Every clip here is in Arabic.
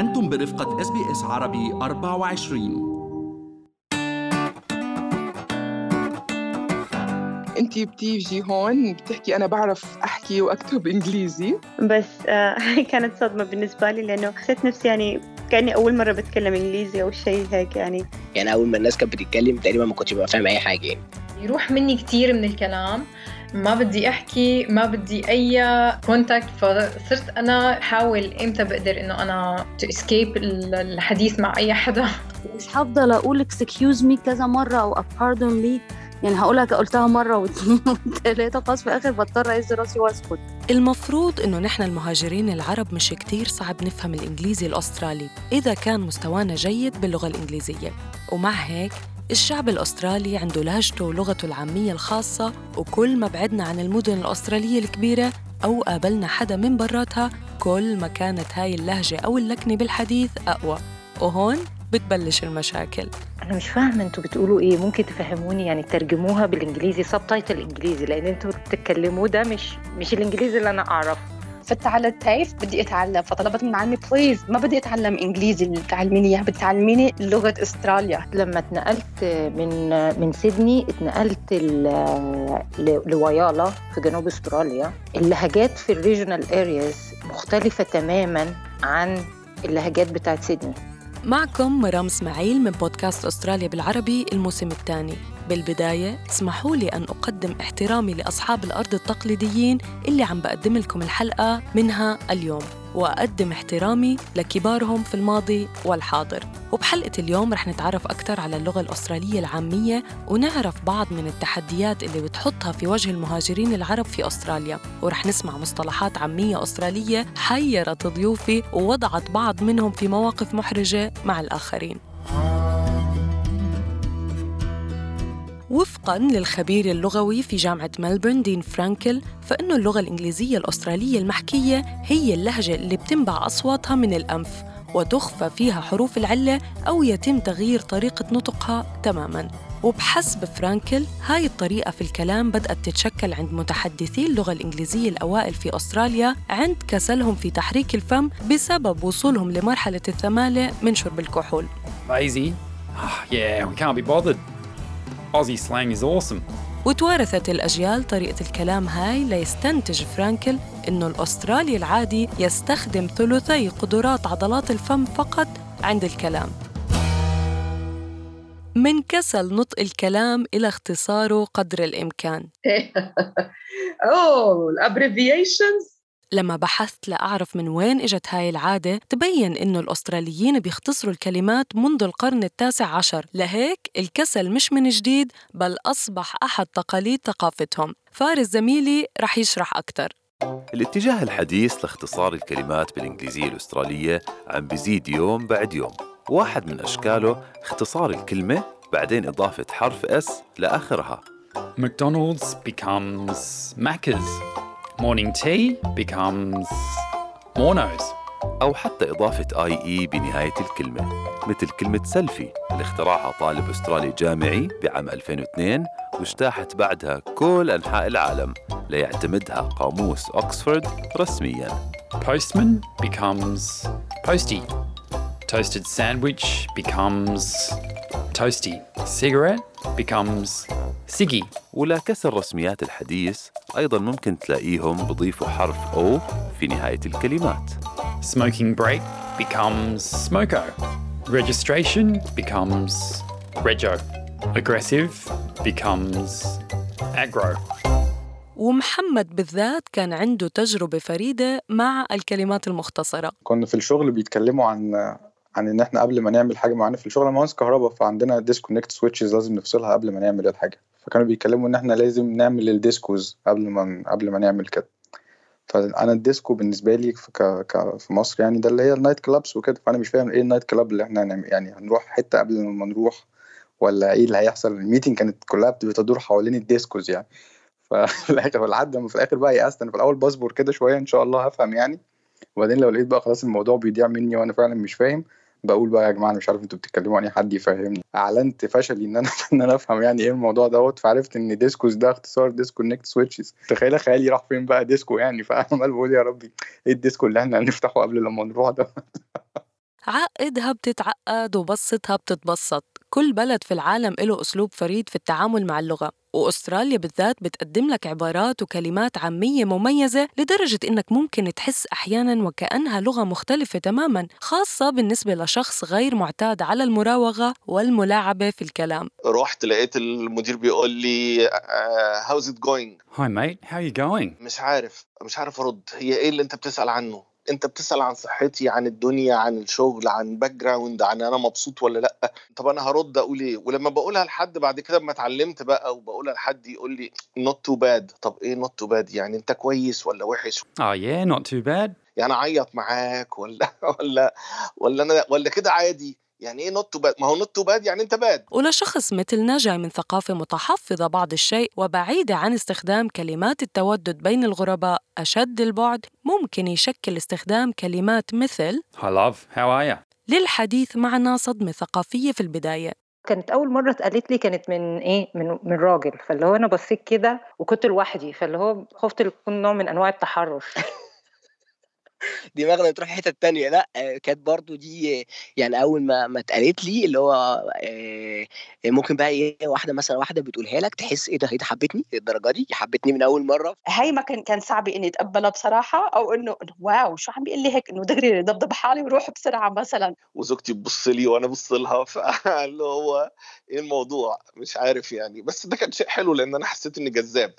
أنتم برفقة SBS عربي 24. أنتي بتيجي هون بتحكي أنا بعرف أحكي وأكتب إنجليزي، بس هي كانت صدمة بالنسبة لي، لأنه حسيت نفسي يعني كأني أول مرة بتكلم إنجليزي أو شيء هيك. يعني أول ما الناس كانت بتتكلم تقريبا ما كنتش بفهم أي حاجة يعني. يروح مني كتير من الكلام، ما بدي أحكي، ما بدي أي كونتاكت، فصرت أنا حاول إمتى بقدر إنه أنا to escape الحديث مع أي حدا. مش هفضل أقول excuse me كذا مرة أو pardon me، يعني هقولها قلتها مرة واثنين وثلاثة، خلاص في الآخر بضطر أهز راسي واسكت. المفروض إنه نحن المهاجرين العرب مش كتير صعب نفهم الإنجليزي الأسترالي إذا كان مستوانا جيد باللغة الإنجليزية، ومع هيك الشعب الأسترالي عنده لهجته ولغته العامية الخاصة، وكل ما بعدنا عن المدن الأسترالية الكبيرة أو قابلنا حدا من براتها كل ما كانت هاي اللهجة أو اللكنة بالحديث أقوى، وهون بتبلش المشاكل. أنا مش فاهمة أنتوا بتقولوا إيه، ممكن تفهموني؟ يعني ترجموها بالإنجليزي، سبتايتل إنجليزي، لأن أنتوا بتتكلموا ده مش الإنجليزي اللي أنا أعرفه. فتعالى التايف بدي أتعلم، فطلبت من معلمي بليز ما بدي أتعلم إنجليزي اللي تعلميني إياه، بتعلميني لغة أستراليا. لما اتنقلت من سيدني اتنقلت لويالا في جنوب أستراليا، اللهجات في الريجونال أرياز مختلفة تماماً عن اللهجات بتاعت سيدني. معكم مرام اسماعيل من بودكاست أستراليا بالعربي الموسم الثاني. بالبداية اسمحوا لي أن أقدم احترامي لأصحاب الأرض التقليديين اللي عم بقدم لكم الحلقة منها اليوم، وأقدم احترامي لكبارهم في الماضي والحاضر. وبحلقة اليوم رح نتعرف أكثر على اللغة الأسترالية العامية، ونعرف بعض من التحديات اللي بتحطها في وجه المهاجرين العرب في أستراليا، ورح نسمع مصطلحات عامية أسترالية حيرت ضيوفي ووضعت بعض منهم في مواقف محرجة مع الآخرين. وفقاً للخبير اللغوي في جامعة ملبورن دين فرانكل، فإن اللغة الإنجليزية الأسترالية المحكية هي اللهجة اللي بتنبع أصواتها من الأنف وتخفى فيها حروف العلة أو يتم تغيير طريقة نطقها تماماً. وبحسب فرانكل هاي الطريقة في الكلام بدأت تتشكل عند متحدثي اللغة الإنجليزية الأوائل في أستراليا عند كسلهم في تحريك الفم بسبب وصولهم لمرحلة الثمالة من شرب الكحول. Lazy? Yeah, we can't be bothered. Aussie slang is awesome. وتوارثت الأجيال طريقة الكلام هاي ليستنتج فرانكل إنه الأسترالي العادي يستخدم ثلثي قدرات عضلات الفم فقط عند الكلام، من كسل نطق الكلام إلى اختصاره قدر الإمكان. الابريفيشنز. لما بحثت لأعرف من وين إجت هاي العادة، تبين إنه الأستراليين بيختصروا الكلمات منذ القرن ال19، لهيك الكسل مش من جديد بل أصبح أحد تقاليد ثقافتهم. فارس زميلي رح يشرح أكتر. الاتجاه الحديث لاختصار الكلمات بالإنجليزية الأسترالية عم بيزيد يوم بعد يوم. واحد من أشكاله اختصار الكلمة بعدين إضافة حرف S لآخرها. McDonald's becomes Macca's. Morning tea becomes Mornos. أو حتى إضافة IE بنهاية الكلمة، مثل كلمة سيلفي اللي اخترعها طالب أسترالي جامعي بعام 2002 واجتاحت بعدها كل أنحاء العالم ليعتمدها قاموس أكسفورد رسمياً. Postman becomes Postie. Toasted sandwich becomes Toasty. Cigarette becomes Siggy. ولا كسر رسميات الحديث أيضاً ممكن تلاقيهم بضيفوا حرف O في نهاية الكلمات. Smoking break becomes Smoko. Registration becomes Rego. Aggressive becomes Aggro. ومحمد بالذات كان عنده تجربة فريدة مع الكلمات المختصرة. كنا في الشغل بيتكلموا عن ان احنا قبل ما نعمل حاجه معينه في الشغل، مهندس كهرباء، فعندنا ديسكونكت سويتشز لازم نفصلها قبل ما نعمل الحاجه، فكانوا بيتكلموا ان احنا لازم نعمل الديسكوز قبل ما نعمل كده. فانا الديسكو بالنسبه لي في مصر يعني ده اللي هي النايت كلابس وكده، فانا مش فاهم ايه النايت كلاب اللي احنا هنعمل، يعني هنروح حته قبل ما نروح ولا ايه اللي هيحصل؟ الميتنج كانت كلها بتدور حوالين الديسكوز يعني. ففي الاخر لحد ما في الاخر بقى يأست، انا في الاول بصبر كده شويه ان شاء الله هفهم يعني، وبعدين لو لقيت بقى خلاص الموضوع بيضيع مني وانا فعلا مش فاهم، بقول بقى يا جماعه انا مش عارف انتوا بتتكلموا عن ايه، حد يفهمني. اعلنت فشلي ان انا افهم يعني ايه الموضوع دوت، فعرفت ان ديسكوز ده اختصار ديسكونكت سويتشز. تخيل خيالي راح فين بقى ديسكو يعني، فعمال بقول يا ربي ايه الديسكو اللي احنا هنفتحه قبل لما نروح ده. عقدها بتتعقد وبسطها بتتبسط. كل بلد في العالم له أسلوب فريد في التعامل مع اللغة، وأستراليا بالذات بتقدم لك عبارات وكلمات عامية مميزة لدرجة إنك ممكن تحس أحياناً وكأنها لغة مختلفة تماماً، خاصة بالنسبة لشخص غير معتاد على المراوغة والملاعبة في الكلام. رحت لقيت المدير بيقول لي how's it going? Hi mate, how are you going? مش عارف أرد. هي إيه اللي أنت بتسأل عنه؟ انت بتسأل عن صحتي، عن الدنيا، عن الشغل، عن باك جراوند، عن انا مبسوط ولا لا. طب انا هرد اقول ايه؟ ولما بقولها لحد بعد كده ما اتعلمت بقى وبقولها لحد يقول لي not too bad. طب ايه not too bad؟ يعني انت كويس ولا وحش؟ Oh yeah, not too bad. يعني اعيط معاك ولا كده عادي؟ يعني ايه not too bad؟ ما هو not too bad يعني انت باد. ولشخص مثلنا جاي من ثقافة متحفظة بعض الشيء وبعيدة عن استخدام كلمات التودد بين الغرباء أشد البعد، ممكن يشكل استخدام كلمات مثل Hi love, how are you? للحديث معنا صدمة ثقافية في البداية. كانت أول مرة اتقالت لي كانت من راجل، فاللي هو أنا بصيت كده وكنت لوحدي، فاللي هو خفت يكون نوع من أنواع التحرش. دماغنا تروح حتة تانية. لا كانت برضو دي يعني أول ما اتقالت لي اللي هو ممكن بقى إيه واحدة بتقولها لك تحس إيه ده، هي حبتني الدرجة دي، حبتني من أول مرة. هاي ما كان صعب إني أتقبلها بصراحة، أو إنه واو شو عم بيقول لي هيك، إنه دغري ضبضب حالي وروح بسرعة مثلا. وزوجتي تبص لي وأنا بص لها، فاللي هو إيه الموضوع مش عارف يعني. بس ده كان شيء حلو لأن أنا حسيت إني جذاب.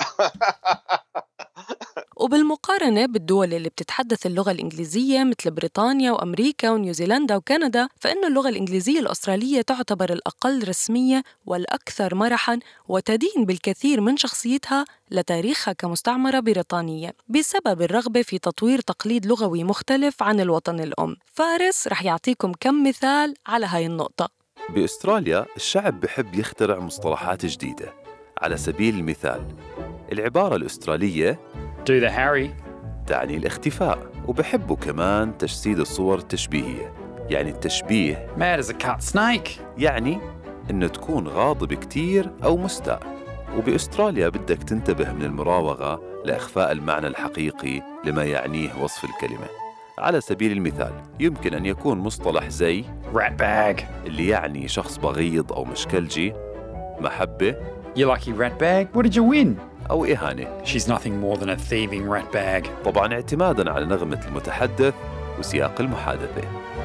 وبالمقارنة بالدول اللي بتتحدث اللغة الإنجليزية مثل بريطانيا وأمريكا ونيوزيلندا وكندا، فإن اللغة الإنجليزية الأسترالية تعتبر الأقل رسمية والأكثر مرحاً، وتدين بالكثير من شخصيتها لتاريخها كمستعمرة بريطانية بسبب الرغبة في تطوير تقليد لغوي مختلف عن الوطن الأم. فارس رح يعطيكم كم مثال على هاي النقطة. بأستراليا الشعب بحب يخترع مصطلحات جديدة. على سبيل المثال العبارة الأسترالية Do the Harry تعني الاختفاء، وبحبوا كمان تجسيد الصور التشبيهية. يعني التشبيه mad as a cut snake يعني إنه تكون غاضب كتير أو مستاء. وبأستراليا بدك تنتبه من المراوغة لإخفاء المعنى الحقيقي لما يعنيه وصف الكلمة. على سبيل المثال يمكن أن يكون مصطلح زي rat bag اللي يعني شخص بغيض أو مشكلجي، محبة You lucky rat bag, what did you win? أو إهانة. She's nothing more than a thieving rat bag. طبعاً اعتماداً على نغمة المتحدث وسياق المحادثة.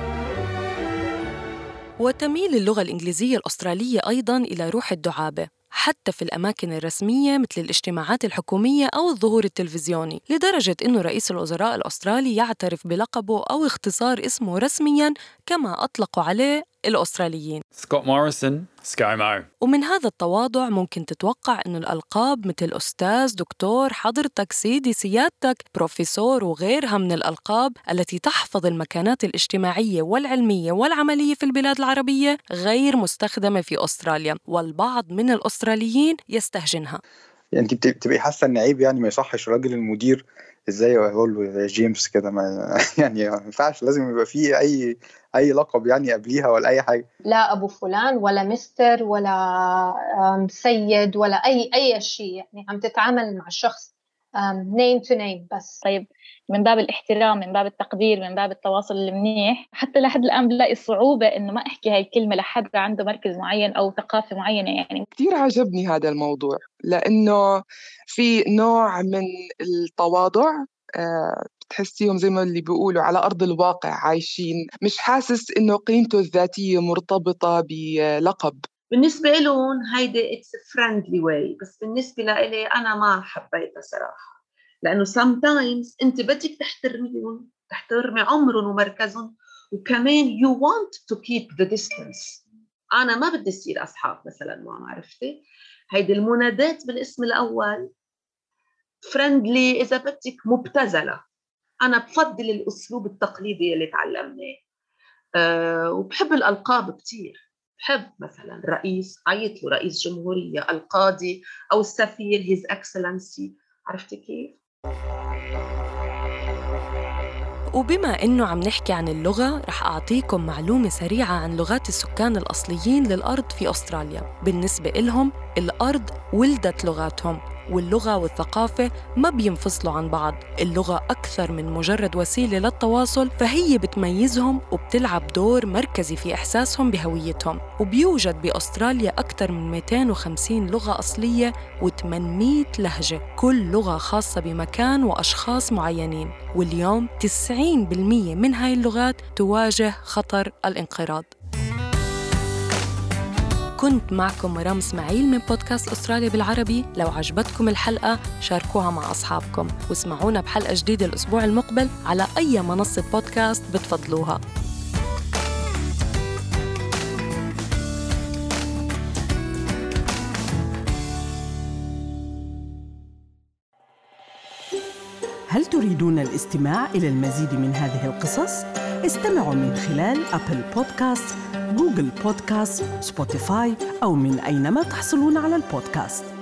وتميل اللغة الإنجليزية الأسترالية أيضاً إلى روح الدعابة حتى في الأماكن الرسمية مثل الاجتماعات الحكومية أو الظهور التلفزيوني، لدرجة إنه رئيس الوزراء الأسترالي يعترف بلقبه أو اختصار اسمه رسمياً كما أطلقوا عليه الأستراليين Scott Morrison, ScoMo. ومن هذا التواضع ممكن تتوقع إنه الألقاب مثل أستاذ، دكتور، حضرتك، سيدي، سيادتك، بروفيسور وغيرها من الألقاب التي تحفظ المكانات الاجتماعية والعلمية والعملية في البلاد العربية غير مستخدمة في أستراليا، والبعض من الأستراليين يستهجنها. يعني انت بتبقي حاسه ان عيب، يعني ما يصحش راجل المدير ازاي يقول له جيمس كده، ما يعني ما ينفعش، لازم يبقى فيه اي لقب يعني قبليها ولا اي حاجه. لا ابو فلان ولا مستر ولا سيد ولا اي شيء، يعني عم تتعامل مع الشخص name to name بس. طيب من باب الاحترام، من باب التقدير، من باب التواصل المنيح، حتى لحد الآن بلاقي صعوبة إنه ما أحكي هاي الكلمة لحد عنده مركز معين أو ثقافة معينة. يعني كتير عجبني هذا الموضوع لأنه في نوع من التواضع، بتحسيهم زي ما اللي بيقولوا على أرض الواقع عايشين، مش حاسس إنه قيمته الذاتية مرتبطة بلقب. بالنسبة لهم هيدا it's a friendly way، بس بالنسبة لإلي أنا ما حبيتها صراحة، لأنه sometimes أنت بدك تحترمي عمرهم ومركزهم، وكمان you want to keep the distance. أنا ما بدي أصير أصحاب مثلاً، ما عرفتي هيدا المنادات بالاسم الأول friendly، إذا بدك مبتذلة. أنا بفضل الأسلوب التقليدي اللي تعلمناه، وبحب الألقاب كتير. بحب مثلا رئيس، عيط له رئيس جمهورية، القاضي أو السفير his excellency. عرفتي كيف؟ وبما إنه عم نحكي عن اللغة، رح أعطيكم معلومة سريعة عن لغات السكان الأصليين للأرض في أستراليا. بالنسبة إلهم الأرض ولدت لغاتهم، واللغة والثقافة ما بينفصلوا عن بعض. اللغة أكثر من مجرد وسيلة للتواصل، فهي بتميزهم وبتلعب دور مركزي في إحساسهم بهويتهم. وبيوجد بأستراليا أكثر من 250 لغة أصلية و800 لهجة، كل لغة خاصة بمكان وأشخاص معينين. واليوم 90% من هاي اللغات تواجه خطر الانقراض. كنت معكم مرام اسماعيل من بودكاست أستراليا بالعربي. لو عجبتكم الحلقة شاركوها مع أصحابكم، واسمعونا بحلقة جديدة الأسبوع المقبل على أي منصة بودكاست بتفضلوها. هل تريدون الاستماع إلى المزيد من هذه القصص؟ استمعوا من خلال أبل بودكاست، جوجل بودكاست، سبوتيفاي أو من أينما تحصلون على البودكاست.